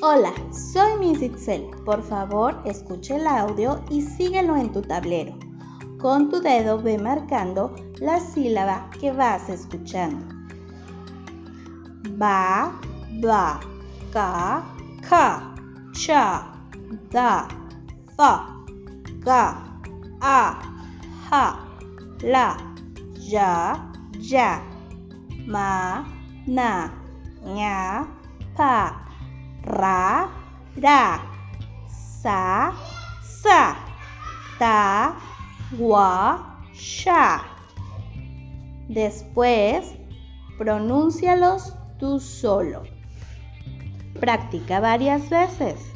Hola, soy Miss Itzel. Por favor, escucha el audio y síguelo en tu tablero. Con tu dedo ve marcando la sílaba que vas escuchando. Ba, ba, ka, ka, cha, da, fa, ga, a, ja, la, ya, ma, na, ña, pa, ra, sa, ta, wa, sha. Después, pronúncialos tú solo. Practica varias veces.